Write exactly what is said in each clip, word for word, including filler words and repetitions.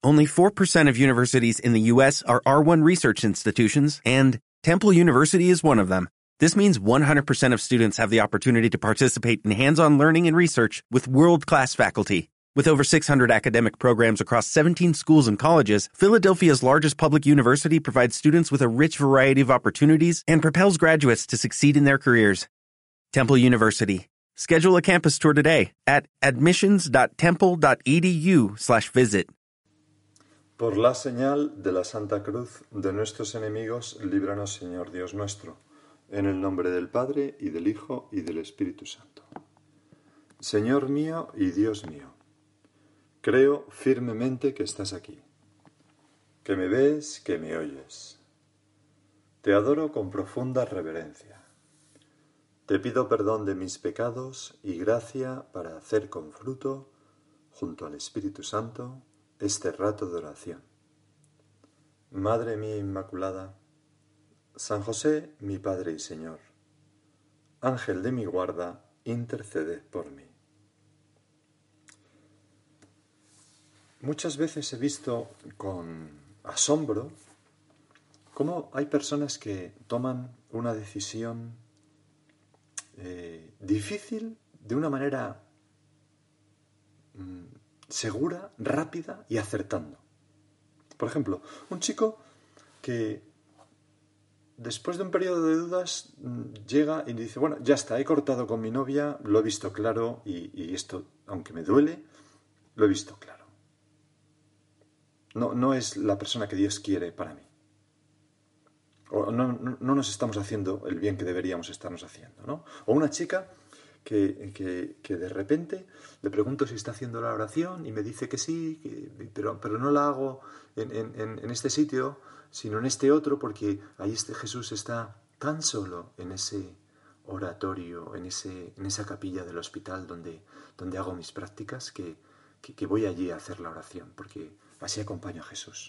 Only four percent of universities in the U S are R one research institutions, and Temple University is one of them. This means one hundred percent of students have the opportunity to participate in hands-on learning and research with world-class faculty. With over six hundred academic programs across seventeen schools and colleges, Philadelphia's largest public university provides students with a rich variety of opportunities and propels graduates to succeed in their careers. Temple University. Schedule a campus tour today at admissions.temple.edu slash visit. Por la señal de la Santa Cruz de nuestros enemigos, líbranos, Señor Dios nuestro, en el nombre del Padre, y del Hijo, y del Espíritu Santo. Señor mío y Dios mío, creo firmemente que estás aquí, que me ves, que me oyes. Te adoro con profunda reverencia. Te pido perdón de mis pecados y gracia para hacer con fruto, junto al Espíritu Santo, este rato de oración. Madre mía Inmaculada, San José, mi Padre y Señor, Ángel de mi guarda, interceded por mí. Muchas veces he visto con asombro cómo hay personas que toman una decisión eh, difícil de una manera mmm, segura, rápida y acertando. Por ejemplo, un chico que después de un periodo de dudas llega y dice, bueno, ya está, he cortado con mi novia, lo he visto claro y, y esto, aunque me duele, lo he visto claro. No, no es la persona que Dios quiere para mí. O no, no, no nos estamos haciendo el bien que deberíamos estarnos haciendo, ¿no? O una chica Que, que, que de repente le pregunto si está haciendo la oración y me dice que sí, que, pero, pero no la hago en, en, en este sitio, sino en este otro, porque ahí este Jesús está tan solo en ese oratorio, en, ese, en esa capilla del hospital donde, donde hago mis prácticas, que, que, que voy allí a hacer la oración, porque así acompaño a Jesús.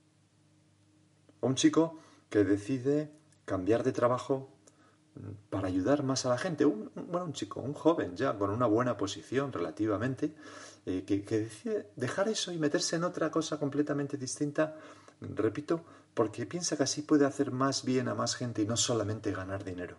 O un chico que decide cambiar de trabajo para ayudar más a la gente, un, un, bueno, un chico, un joven ya con una buena posición relativamente, eh, que, que decide dejar eso y meterse en otra cosa completamente distinta, repito, porque piensa que así puede hacer más bien a más gente y no solamente ganar dinero.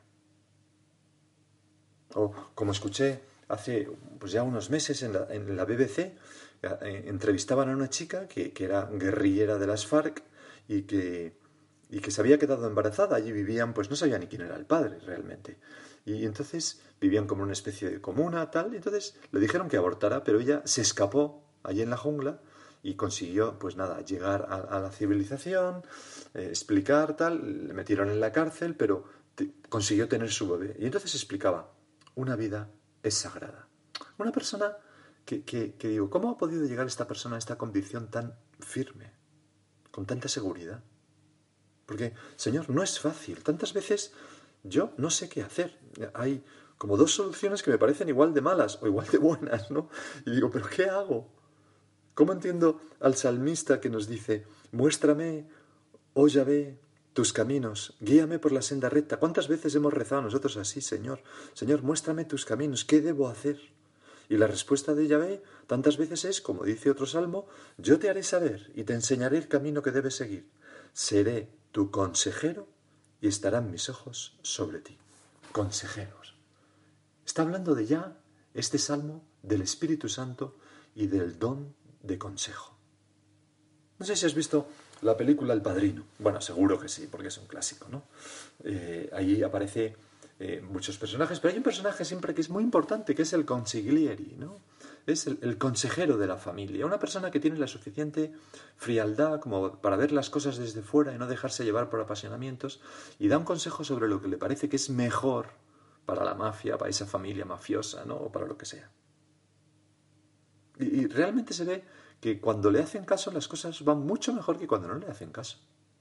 O como escuché hace pues ya unos meses en la, en la B B C, eh, entrevistaban a una chica que, que era guerrillera de las FARC y que y que se había quedado embarazada. Allí vivían, pues no sabía ni quién era el padre realmente. Y entonces vivían como una especie de comuna, tal, y entonces le dijeron que abortara, pero ella se escapó allí en la jungla y consiguió, pues nada, llegar a, a la civilización, eh, explicar, tal, le metieron en la cárcel, pero te, consiguió tener su bebé. Y entonces explicaba, una vida es sagrada. Una persona que, que, que digo, ¿cómo ha podido llegar esta persona a esta convicción tan firme, con tanta seguridad? Porque, Señor, no es fácil. Tantas veces yo no sé qué hacer. Hay como dos soluciones que me parecen igual de malas o igual de buenas, ¿no? Y digo, ¿pero qué hago? ¿Cómo entiendo al salmista que nos dice, muéstrame, oh Yahvé, tus caminos, guíame por la senda recta? ¿Cuántas veces hemos rezado nosotros así, Señor? Señor, muéstrame tus caminos, ¿qué debo hacer? Y la respuesta de Yahvé tantas veces es, como dice otro salmo, yo te haré saber y te enseñaré el camino que debes seguir. Seré tu consejero y estarán mis ojos sobre ti. Consejeros. Está hablando de ya este salmo del Espíritu Santo y del don de consejo. No sé si has visto la película El Padrino. Bueno, seguro que sí, porque es un clásico, ¿no? Eh, ahí aparece eh, muchos personajes, pero hay un personaje siempre que es muy importante, que es el consigliere, ¿no? Es el, el consejero de la familia, una persona que tiene la suficiente frialdad como para ver las cosas desde fuera y no dejarse llevar por apasionamientos, y da un consejo sobre lo que le parece que es mejor para la mafia, para esa familia mafiosa, ¿no? O para lo que sea. Y, y realmente se ve que cuando le hacen caso las cosas van mucho mejor que cuando no le hacen caso.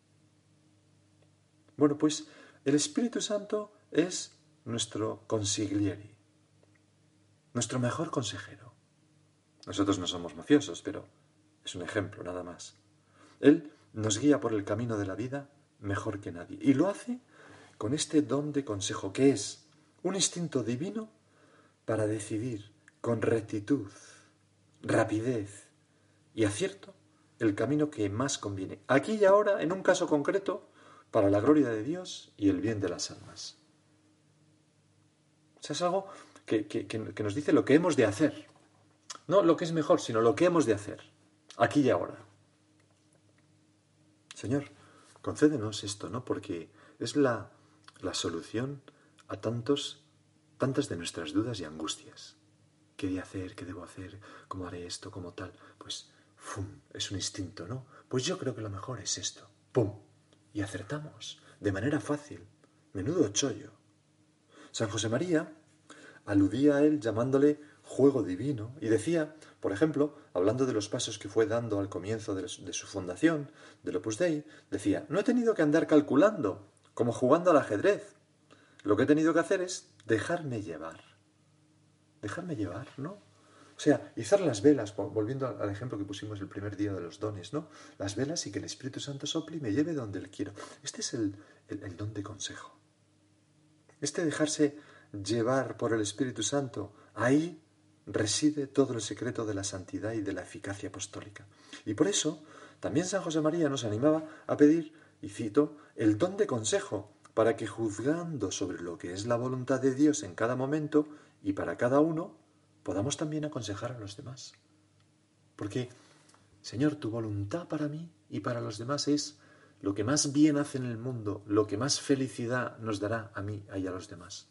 Bueno, pues el Espíritu Santo es nuestro consigliere, nuestro mejor consejero. Nosotros no somos mafiosos, pero es un ejemplo, nada más. Él nos guía por el camino de la vida mejor que nadie. Y lo hace con este don de consejo, que es un instinto divino para decidir con rectitud, rapidez y acierto el camino que más conviene, aquí y ahora, en un caso concreto, para la gloria de Dios y el bien de las almas. O sea, es algo que, que, que nos dice lo que hemos de hacer. No lo que es mejor, sino lo que hemos de hacer, aquí y ahora. Señor, concédenos esto, ¿no? Porque es la, la solución a tantos, tantas de nuestras dudas y angustias. ¿Qué de hacer? ¿Qué debo hacer? ¿Cómo haré esto? ¿Cómo tal? Pues, ¡fum! Es un instinto, ¿no? Pues yo creo que lo mejor es esto. ¡Pum! Y acertamos, de manera fácil. Menudo chollo. San José María aludía a él llamándole juego divino y decía, por ejemplo, hablando de los pasos que fue dando al comienzo de su fundación, del Opus Dei, decía, no he tenido que andar calculando, como jugando al ajedrez. Lo que he tenido que hacer es dejarme llevar. Dejarme llevar, ¿no? O sea, izar las velas, volviendo al ejemplo que pusimos el primer día de los dones, ¿no? Las velas y que el Espíritu Santo sople y me lleve donde Él quiero. Este es el, el, el don de consejo. Este dejarse llevar por el Espíritu Santo, ahí reside todo el secreto de la santidad y de la eficacia apostólica. Y por eso, también San José María nos animaba a pedir, y cito, el don de consejo, para que juzgando sobre lo que es la voluntad de Dios en cada momento y para cada uno, podamos también aconsejar a los demás. Porque, Señor, tu voluntad para mí y para los demás es lo que más bien hace en el mundo, lo que más felicidad nos dará a mí y a los demás.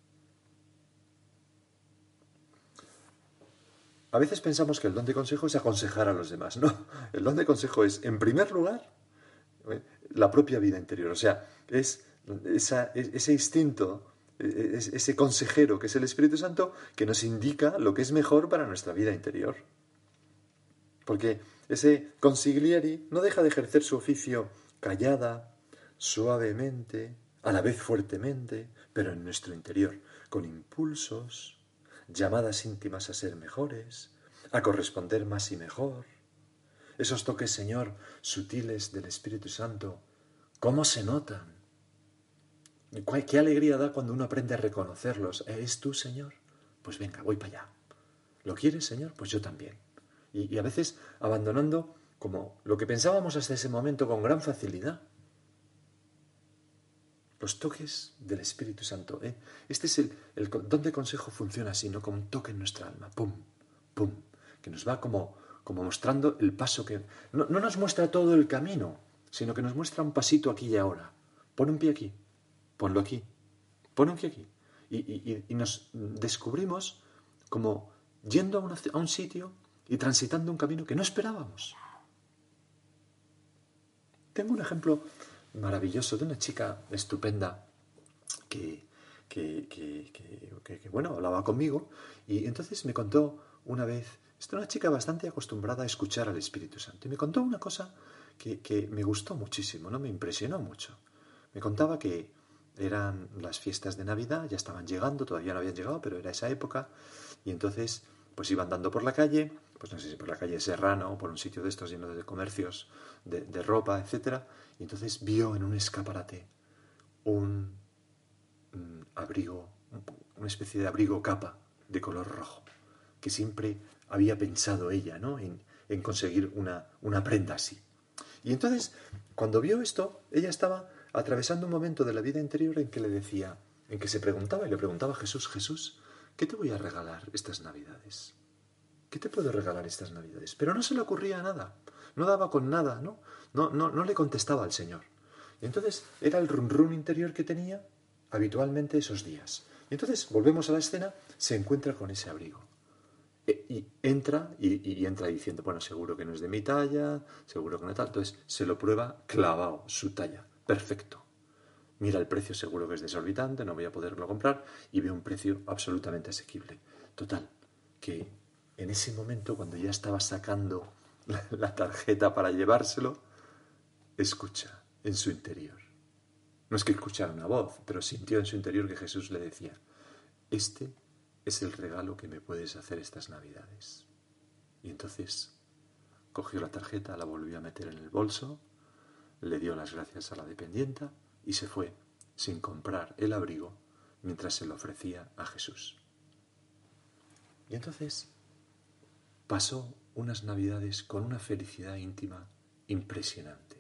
A veces pensamos que el don de consejo es aconsejar a los demás. No, el don de consejo es, en primer lugar, la propia vida interior. O sea, es esa, ese instinto, ese consejero que es el Espíritu Santo que nos indica lo que es mejor para nuestra vida interior. Porque ese consigliere no deja de ejercer su oficio callada, suavemente, a la vez fuertemente, pero en nuestro interior, con impulsos, llamadas íntimas a ser mejores, a corresponder más y mejor. Esos toques, Señor, sutiles del Espíritu Santo, ¿cómo se notan? ¿Qué alegría da cuando uno aprende a reconocerlos? ¿Es tú, Señor? Pues venga, voy para allá. ¿Lo quieres, Señor? Pues yo también. Y, y a veces abandonando como lo que pensábamos hasta ese momento con gran facilidad. Los toques del Espíritu Santo. ¿eh? Este es el, el don de consejo, funciona así, ¿no? Como un toque en nuestra alma. Pum, pum. Que nos va como, como mostrando el paso que... No, no nos muestra todo el camino, sino que nos muestra un pasito aquí y ahora. Pon un pie aquí, ponlo aquí, pon un pie aquí. Y, y, y nos descubrimos como yendo a, una, a un sitio y transitando un camino que no esperábamos. Tengo un ejemplo maravilloso de una chica estupenda que, que, que, que, que, que bueno, hablaba conmigo y entonces me contó una vez, es una chica bastante acostumbrada a escuchar al Espíritu Santo, y me contó una cosa que, que me gustó muchísimo, ¿no? Me impresionó mucho. Me contaba que eran las fiestas de Navidad, ya estaban llegando, todavía no habían llegado, pero era esa época, y entonces pues iba andando por la calle, pues no sé si por la calle Serrano o por un sitio de estos lleno de comercios de, de ropa, etcétera, y entonces vio en un escaparate un, un abrigo, una especie de abrigo capa de color rojo, que siempre había pensado ella, ¿no? en, en conseguir una, una prenda así. Y entonces, cuando vio esto, ella estaba atravesando un momento de la vida interior en que le decía, en que se preguntaba y le preguntaba a Jesús, Jesús, ¿qué te voy a regalar estas Navidades? ¿Qué te puedo regalar estas Navidades? Pero no se le ocurría nada, no daba con nada, ¿no? No, no, no le contestaba al Señor. Y entonces era el run run interior que tenía habitualmente esos días. Y entonces, volvemos a la escena, se encuentra con ese abrigo. Y entra y, y entra diciendo, bueno, seguro que no es de mi talla, seguro que no tal. Entonces se lo prueba clavado, su talla, perfecto. Mira el precio, seguro que es desorbitante, no voy a poderlo comprar, y ve un precio absolutamente asequible. Total, que en ese momento, cuando ya estaba sacando la, la tarjeta para llevárselo, escucha en su interior. No es que escuchara una voz, pero sintió en su interior que Jesús le decía, este es el regalo que me puedes hacer estas Navidades. Y entonces cogió la tarjeta, la volvió a meter en el bolso, le dio las gracias a la dependienta y se fue sin comprar el abrigo mientras se lo ofrecía a Jesús. Y entonces pasó unas navidades con una felicidad íntima impresionante.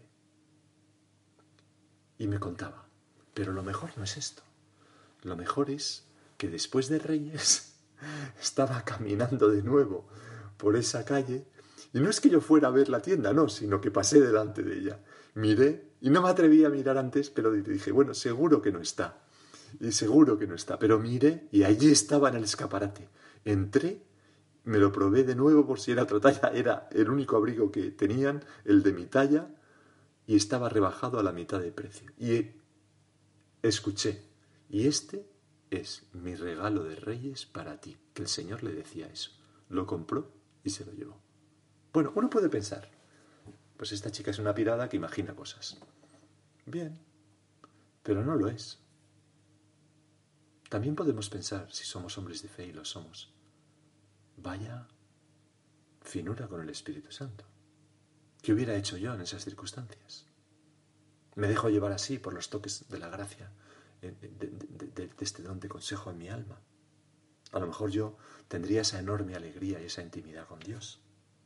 Y me contaba, pero lo mejor no es esto. Lo mejor es que después de Reyes estaba caminando de nuevo por esa calle y no es que yo fuera a ver la tienda, no, sino que pasé delante de ella. Miré y no me atreví a mirar antes, pero dije, bueno, seguro que no está. Y seguro que no está. Pero miré y allí estaba en el escaparate. Entré, me lo probé de nuevo por si era otra talla. Era el único abrigo que tenían, el de mi talla, y estaba rebajado a la mitad de precio. Y escuché, y este es mi regalo de Reyes para ti, que el Señor le decía eso. Lo compró y se lo llevó. Bueno, uno puede pensar, pues esta chica es una pirada que imagina cosas. Bien, pero no lo es. También podemos pensar, si somos hombres de fe y lo somos, vaya finura con el Espíritu Santo. ¿Qué hubiera hecho yo en esas circunstancias? Me dejo llevar así por los toques de la gracia, de, de, de, de, de este don de consejo en mi alma. A lo mejor yo tendría esa enorme alegría y esa intimidad con Dios.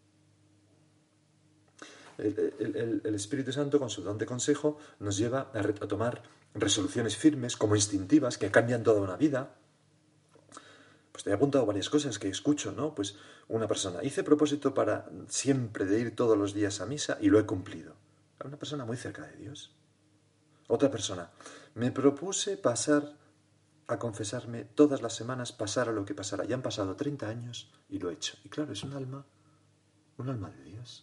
El, el, el, el Espíritu Santo, con su don de consejo, nos lleva a, re, a tomar resoluciones firmes, como instintivas, que cambian toda una vida. Pues te he apuntado varias cosas que escucho, ¿no? Pues una persona, hice propósito para siempre de ir todos los días a misa y lo he cumplido. Una persona muy cerca de Dios. Otra persona, me propuse pasar a confesarme todas las semanas, pasara lo que pasara. Ya han pasado treinta años y lo he hecho. Y claro, es un alma, un alma de Dios.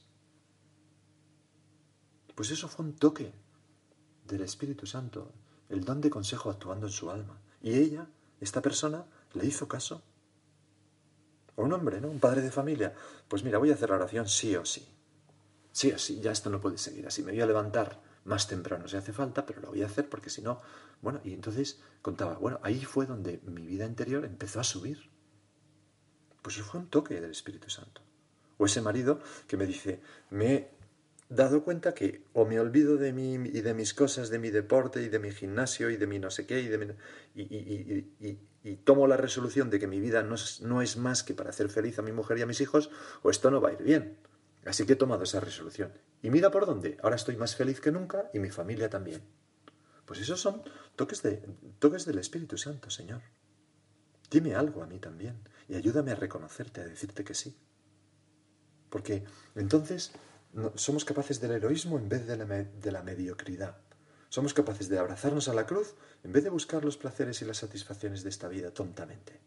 Pues eso fue un toque del Espíritu Santo, el don de consejo actuando en su alma. Y ella, esta persona, le hizo caso. O un hombre, ¿no? Un padre de familia. Pues mira, voy a hacer la oración sí o sí. Sí o sí, ya esto no puede seguir así. Me voy a levantar más temprano si hace falta, pero lo voy a hacer porque si no... Bueno, y entonces contaba, bueno, ahí fue donde mi vida interior empezó a subir. Pues eso fue un toque del Espíritu Santo. O ese marido que me dice, me he dado cuenta que o me olvido de mí y de mis cosas, de mi deporte y de mi gimnasio y de mi no sé qué y, de mi, y, y, y, y, y tomo la resolución de que mi vida no es, no es más que para hacer feliz a mi mujer y a mis hijos, o esto no va a ir bien. Así que he tomado esa resolución. Y mira por dónde. Ahora estoy más feliz que nunca y mi familia también. Pues esos son toques, de, toques del Espíritu Santo, Señor. Dime algo a mí también y ayúdame a reconocerte, a decirte que sí. Porque entonces no, somos capaces del heroísmo en vez de la, de la mediocridad. Somos capaces de abrazarnos a la cruz en vez de buscar los placeres y las satisfacciones de esta vida tontamente.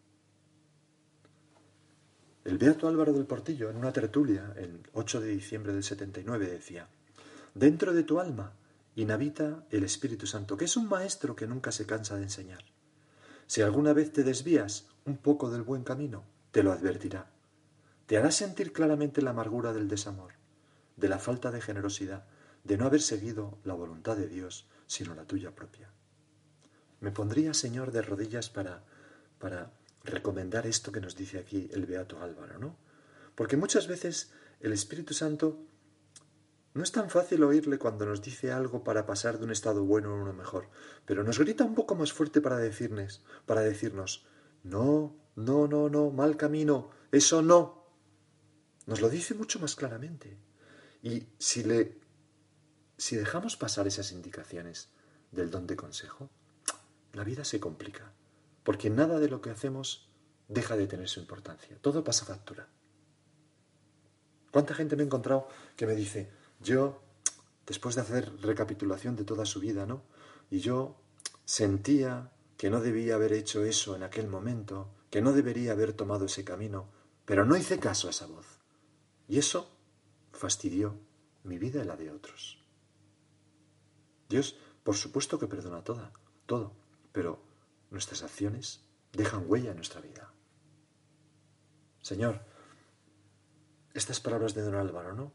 El beato Álvaro del Portillo, en una tertulia, el ocho de diciembre del setenta y nueve, decía: dentro de tu alma inhabita el Espíritu Santo, que es un maestro que nunca se cansa de enseñar. Si alguna vez te desvías un poco del buen camino, te lo advertirá. Te hará sentir claramente la amargura del desamor, de la falta de generosidad, de no haber seguido la voluntad de Dios, sino la tuya propia. Me pondría, Señor, de rodillas para... para recomendar esto que nos dice aquí el beato Álvaro, ¿no? Porque muchas veces el Espíritu Santo no es tan fácil oírle cuando nos dice algo para pasar de un estado bueno a uno mejor, pero nos grita un poco más fuerte para decirnos, para decirnos, no, no, no, no, mal camino, eso no. Nos lo dice mucho más claramente. Y si le, si dejamos pasar esas indicaciones del don de consejo, la vida se complica. Porque nada de lo que hacemos deja de tener su importancia. Todo pasa factura. ¿Cuánta gente me he encontrado que me dice, yo, después de hacer recapitulación de toda su vida, ¿no? Y yo sentía que no debía haber hecho eso en aquel momento, que no debería haber tomado ese camino, pero no hice caso a esa voz. Y eso fastidió mi vida y la de otros. Dios, por supuesto que perdona toda, todo, pero nuestras acciones dejan huella en nuestra vida. Señor, estas palabras de don Álvaro, ¿no?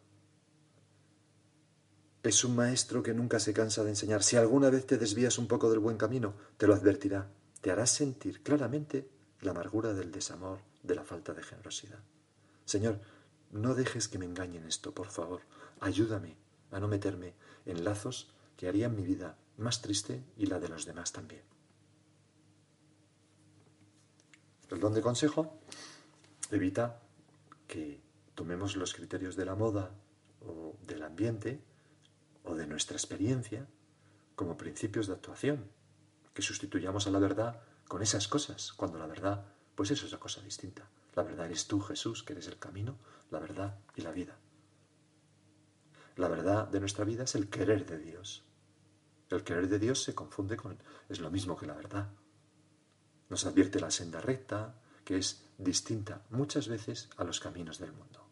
Es un maestro que nunca se cansa de enseñar. Si alguna vez te desvías un poco del buen camino, te lo advertirá. Te hará sentir claramente la amargura del desamor, de la falta de generosidad. Señor, no dejes que me engañen esto, por favor. Ayúdame a no meterme en lazos que harían mi vida más triste y la de los demás también. El don de consejo evita que tomemos los criterios de la moda o del ambiente o de nuestra experiencia como principios de actuación, que sustituyamos a la verdad con esas cosas, cuando la verdad, pues eso es una cosa distinta. La verdad eres tú, Jesús, que eres el camino, la verdad y la vida. La verdad de nuestra vida es el querer de Dios. El querer de Dios se confunde con... es lo mismo que la verdad. Nos advierte la senda recta, que es distinta muchas veces a los caminos del mundo.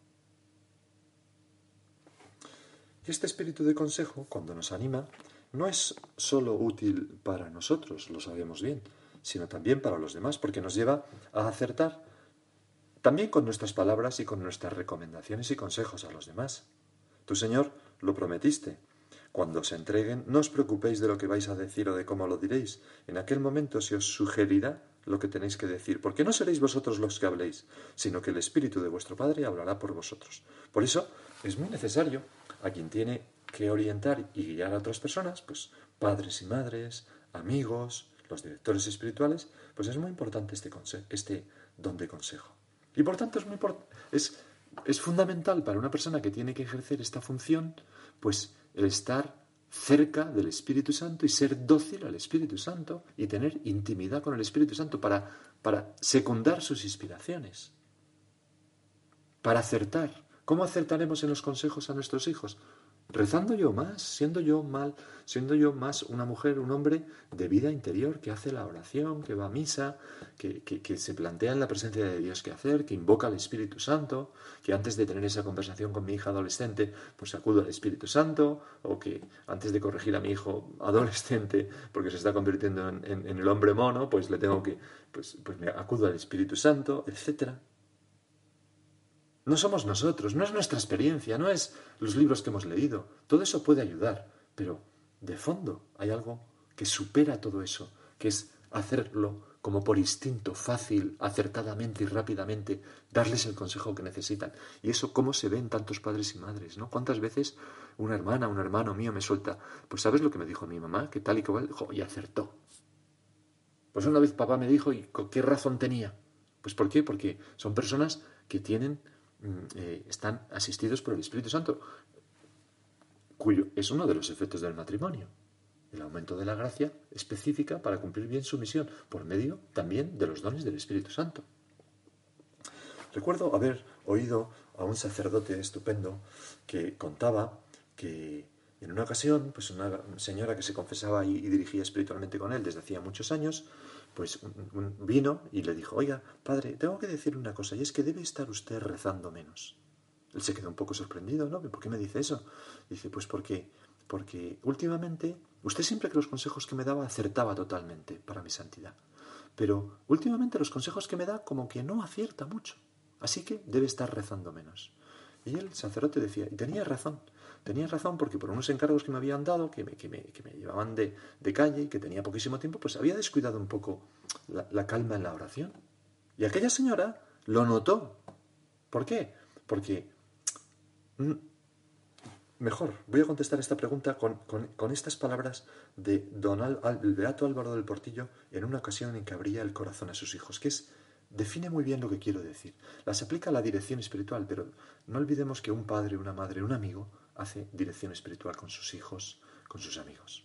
Y este espíritu de consejo, cuando nos anima, no es solo útil para nosotros, lo sabemos bien, sino también para los demás, porque nos lleva a acertar también con nuestras palabras y con nuestras recomendaciones y consejos a los demás. Tú, Señor, lo prometiste. Cuando os entreguen, no os preocupéis de lo que vais a decir o de cómo lo diréis. En aquel momento se os sugerirá lo que tenéis que decir, porque no seréis vosotros los que habléis, sino que el Espíritu de vuestro Padre hablará por vosotros. Por eso es muy necesario a quien tiene que orientar y guiar a otras personas, pues padres y madres, amigos, los directores espirituales, pues es muy importante este, conse- este don de consejo. Y por tanto es muy import- es, es fundamental para una persona que tiene que ejercer esta función, pues el estar cerca del Espíritu Santo y ser dócil al Espíritu Santo y tener intimidad con el Espíritu Santo para, para secundar sus inspiraciones, para acertar. ¿Cómo acertaremos en los consejos a nuestros hijos? Rezando yo más, siendo yo mal, siendo yo más una mujer, un hombre de vida interior que hace la oración, que va a misa, que, que, que se plantea en la presencia de Dios qué hacer, que invoca al Espíritu Santo, que antes de tener esa conversación con mi hija adolescente, pues acudo al Espíritu Santo, o que antes de corregir a mi hijo adolescente, porque se está convirtiendo en, en, en el hombre mono, pues le tengo que, pues, pues me acudo al Espíritu Santo, etcétera. No somos nosotros, no es nuestra experiencia, no es los libros que hemos leído. Todo eso puede ayudar, pero de fondo hay algo que supera todo eso, que es hacerlo como por instinto, fácil, acertadamente y rápidamente, darles el consejo que necesitan. Y eso cómo se ve en tantos padres y madres, ¿no? ¿Cuántas veces una hermana, un hermano mío me suelta, pues ¿sabes lo que me dijo mi mamá? Que tal y cual, y acertó. Pues una vez papá me dijo, ¿y qué razón tenía? Pues ¿por qué? Porque son personas que tienen... Eh, están asistidos por el Espíritu Santo, cuyo es uno de los efectos del matrimonio, el aumento de la gracia específica para cumplir bien su misión, por medio también de los dones del Espíritu Santo. Recuerdo haber oído a un sacerdote estupendo que contaba que en una ocasión, pues una señora que se confesaba y, y dirigía espiritualmente con él desde hacía muchos años, pues un, un, vino y le dijo, oiga, padre, tengo que decirle una cosa, y es que debe estar usted rezando menos. Él se quedó un poco sorprendido, ¿no? ¿Por qué me dice eso? Dice, pues porque, porque últimamente, usted siempre que los consejos que me daba acertaba totalmente para mi santidad, pero últimamente los consejos que me da como que no acierta mucho, así que debe estar rezando menos. Y el sacerdote decía, y tenía razón, tenía razón porque por unos encargos que me habían dado, que me, que me, que me llevaban de, de calle y que tenía poquísimo tiempo, pues había descuidado un poco la, la calma en la oración. Y aquella señora lo notó. ¿Por qué? Porque... Mm, mejor, voy a contestar esta pregunta con, con, con estas palabras de don Al, Al, el beato Álvaro del Portillo en una ocasión en que abría el corazón a sus hijos, que es... define muy bien lo que quiero decir. Las aplica a la dirección espiritual, pero no olvidemos que un padre, una madre, un amigo hace dirección espiritual con sus hijos, con sus amigos.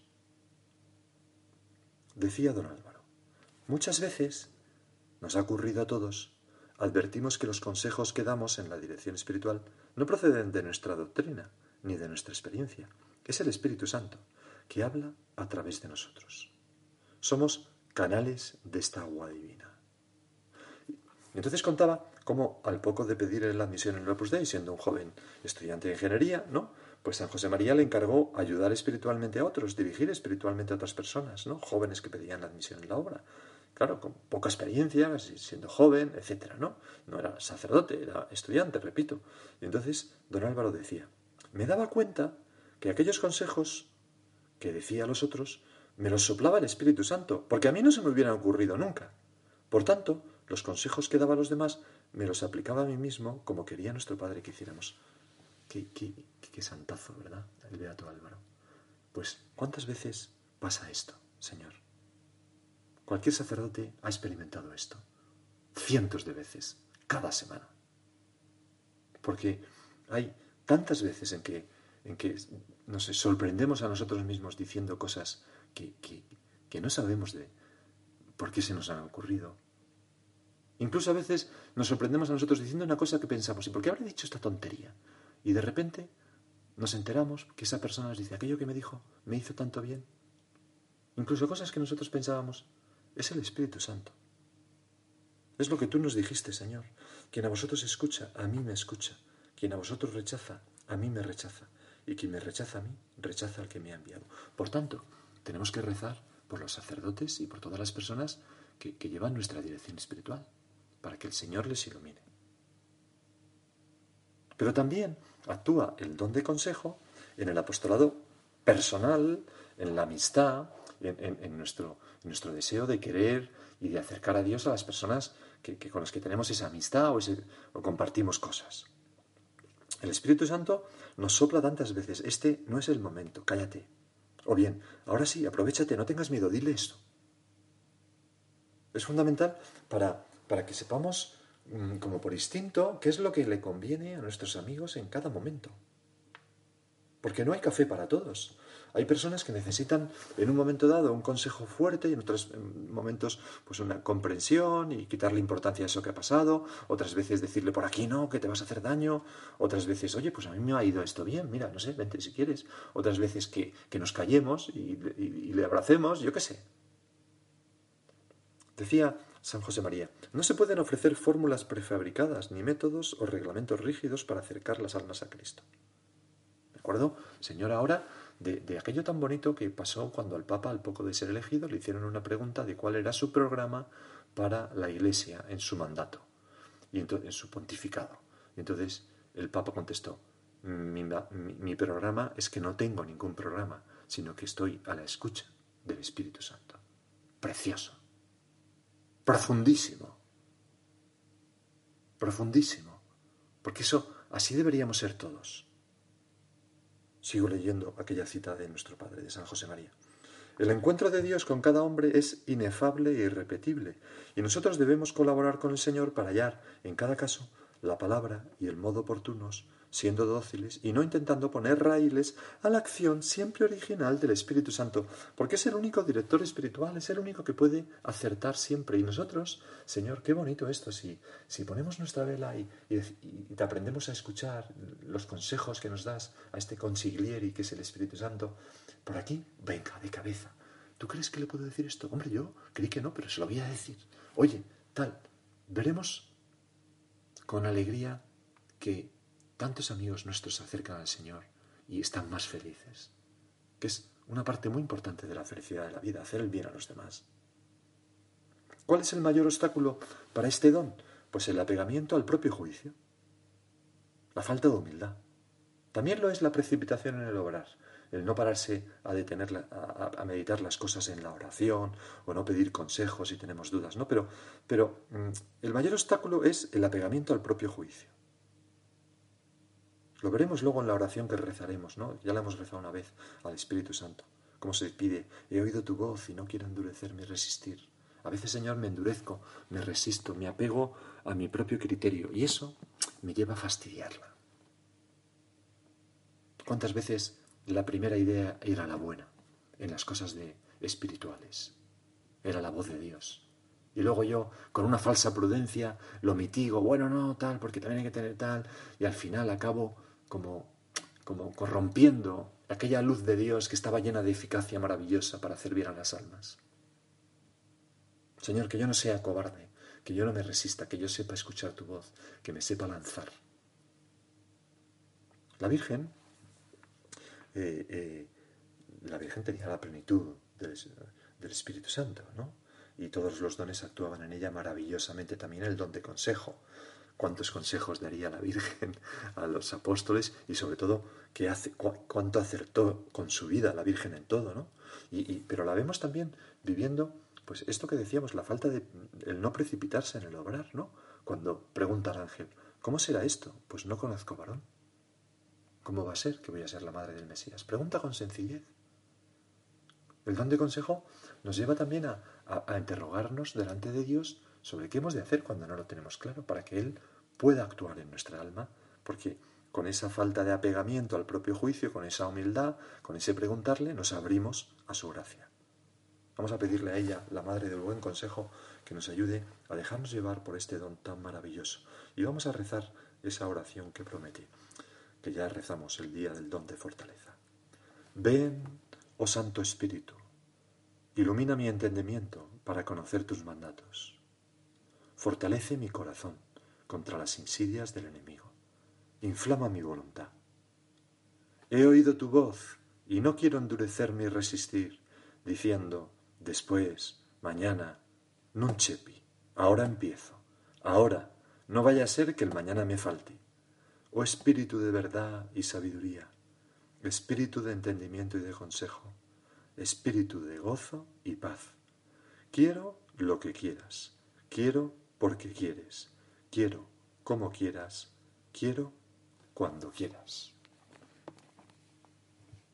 Decía don Álvaro, muchas veces nos ha ocurrido a todos, advertimos que los consejos que damos en la dirección espiritual no proceden de nuestra doctrina ni de nuestra experiencia. Es el Espíritu Santo que habla a través de nosotros. Somos canales de esta agua divina. Y entonces contaba cómo al poco de pedir la admisión en el Opus Dei, siendo un joven estudiante de ingeniería, ¿no? Pues San José María le encargó ayudar espiritualmente a otros, dirigir espiritualmente a otras personas, ¿no? Jóvenes que pedían la admisión en la obra. Claro, con poca experiencia, siendo joven, etcétera, ¿no? No era sacerdote, era estudiante, repito. Y entonces don Álvaro decía, me daba cuenta que aquellos consejos que decía a los otros me los soplaba el Espíritu Santo, porque a mí no se me hubieran ocurrido nunca. Por tanto, los consejos que daba a los demás me los aplicaba a mí mismo como quería nuestro Padre que hiciéramos. Qué, qué, qué, qué santazo, ¿verdad? El beato Álvaro. Pues, ¿cuántas veces pasa esto, Señor? Cualquier sacerdote ha experimentado esto. Cientos de veces, cada semana. porque hay tantas veces en que, en que nos sorprendemos a nosotros mismos diciendo cosas que, que, que no sabemos de por qué se nos han ocurrido. Incluso a veces nos sorprendemos a nosotros diciendo una cosa que pensamos, ¿y por qué habré dicho esta tontería? Y de repente nos enteramos que esa persona nos dice, aquello que me dijo me hizo tanto bien. Incluso cosas que nosotros pensábamos, es el Espíritu Santo. Es lo que tú nos dijiste, Señor. Quien a vosotros escucha, a mí me escucha. Quien a vosotros rechaza, a mí me rechaza. Y quien me rechaza a mí, rechaza al que me ha enviado. Por tanto, tenemos que rezar por los sacerdotes y por todas las personas que, que llevan nuestra dirección espiritual, para que el Señor les ilumine. Pero también actúa el don de consejo en el apostolado personal, en la amistad, en, en, en, nuestro, en nuestro deseo de querer y de acercar a Dios a las personas que, que con las que tenemos esa amistad o, ese, o compartimos cosas. El Espíritu Santo nos sopla tantas veces, este no es el momento, cállate. O bien, ahora sí, aprovéchate, no tengas miedo, dile esto. Es fundamental para, para que sepamos, como por instinto, qué es lo que le conviene a nuestros amigos en cada momento. Porque no hay café para todos. Hay personas que necesitan en un momento dado un consejo fuerte y en otros momentos pues una comprensión y quitarle importancia a eso que ha pasado. Otras veces decirle por aquí no, que te vas a hacer daño. Otras veces, oye, pues a mí me ha ido esto bien, mira, no sé, vente si quieres. Otras veces que, que nos callemos y, y, y le abracemos, yo qué sé. Decía San José María, no se pueden ofrecer fórmulas prefabricadas ni métodos o reglamentos rígidos para acercar las almas a Cristo. ¿De acuerdo? Señor, ahora de, de aquello tan bonito que pasó cuando al Papa, al poco de ser elegido, le hicieron una pregunta de cuál era su programa para la Iglesia en su mandato, y entonces, en su pontificado. Y entonces el Papa contestó, mi, mi, mi programa es que no tengo ningún programa, sino que estoy a la escucha del Espíritu Santo. Precioso. Profundísimo. Profundísimo. Porque eso, así deberíamos ser todos. Sigo leyendo aquella cita de nuestro Padre, de San José María. El encuentro de Dios con cada hombre es inefable e irrepetible, y nosotros debemos colaborar con el Señor para hallar, en cada caso, la palabra y el modo oportunos, siendo dóciles y no intentando poner raíles a la acción siempre original del Espíritu Santo, porque es el único director espiritual, es el único que puede acertar siempre. Y nosotros, Señor, qué bonito esto, si, si ponemos nuestra vela y, y, y te aprendemos a escuchar los consejos que nos das a este consiglieri que es el Espíritu Santo, por aquí, venga, de cabeza. ¿Tú crees que le puedo decir esto? Hombre, yo creí que no, pero se lo voy a decir. Oye, tal, veremos con alegría que tantos amigos nuestros se acercan al Señor y están más felices, que es una parte muy importante de la felicidad de la vida, hacer el bien a los demás. ¿Cuál es el mayor obstáculo para este don? Pues el apegamiento al propio juicio, la falta de humildad. También lo es la precipitación en el obrar, el no pararse a detener, a, a meditar las cosas en la oración o no pedir consejos si tenemos dudas, ¿no? Pero, pero el mayor obstáculo es el apegamiento al propio juicio. Lo veremos luego en la oración que rezaremos, ¿no? Ya la hemos rezado una vez al Espíritu Santo. Como se pide, he oído tu voz y no quiero endurecerme y resistir. A veces, Señor, me endurezco, me resisto, me apego a mi propio criterio y eso me lleva a fastidiarla. ¿Cuántas veces la primera idea era la buena en las cosas de espirituales? Era la voz de Dios. Y luego yo, con una falsa prudencia, lo mitigo, bueno, no, tal, porque también hay que tener tal, y al final acabo como, como corrompiendo aquella luz de Dios que estaba llena de eficacia maravillosa para hacer bien a las almas. Señor, que yo no sea cobarde, que yo no me resista, que yo sepa escuchar tu voz, que me sepa lanzar. La Virgen, eh, eh, la Virgen tenía la plenitud del, del Espíritu Santo, ¿no? Y todos los dones actuaban en ella maravillosamente, también el don de consejo. Cuántos consejos daría la Virgen a los apóstoles y sobre todo que hace, cu- cuánto acertó con su vida la Virgen en todo, ¿no? Y, y, pero la vemos también viviendo, pues esto que decíamos, la falta de, el no precipitarse en el obrar, ¿no? Cuando pregunta al ángel, ¿cómo será esto? Pues no conozco varón. ¿Cómo va a ser que voy a ser la madre del Mesías? Pregunta con sencillez. El don de consejo nos lleva también a, a, a interrogarnos delante de Dios sobre qué hemos de hacer cuando no lo tenemos claro, para que Él pueda actuar en nuestra alma porque con esa falta de apegamiento al propio juicio, con esa humildad, con ese preguntarle, nos abrimos a su gracia. Vamos a pedirle a ella, la Madre del Buen Consejo, que nos ayude a dejarnos llevar por este don tan maravilloso. Y vamos a rezar esa oración que prometí, que ya rezamos el día del don de fortaleza. Ven, oh Santo Espíritu, ilumina mi entendimiento para conocer tus mandatos. Fortalece mi corazón contra las insidias del enemigo. Inflama mi voluntad. He oído tu voz y no quiero endurecerme y resistir, diciendo, después, mañana, nun cepi, ahora empiezo, ahora, no vaya a ser que el mañana me falte. Oh Espíritu de verdad y sabiduría, Espíritu de entendimiento y de consejo, Espíritu de gozo y paz. Quiero lo que quieras, quiero porque quieres, quiero como quieras, quiero cuando quieras.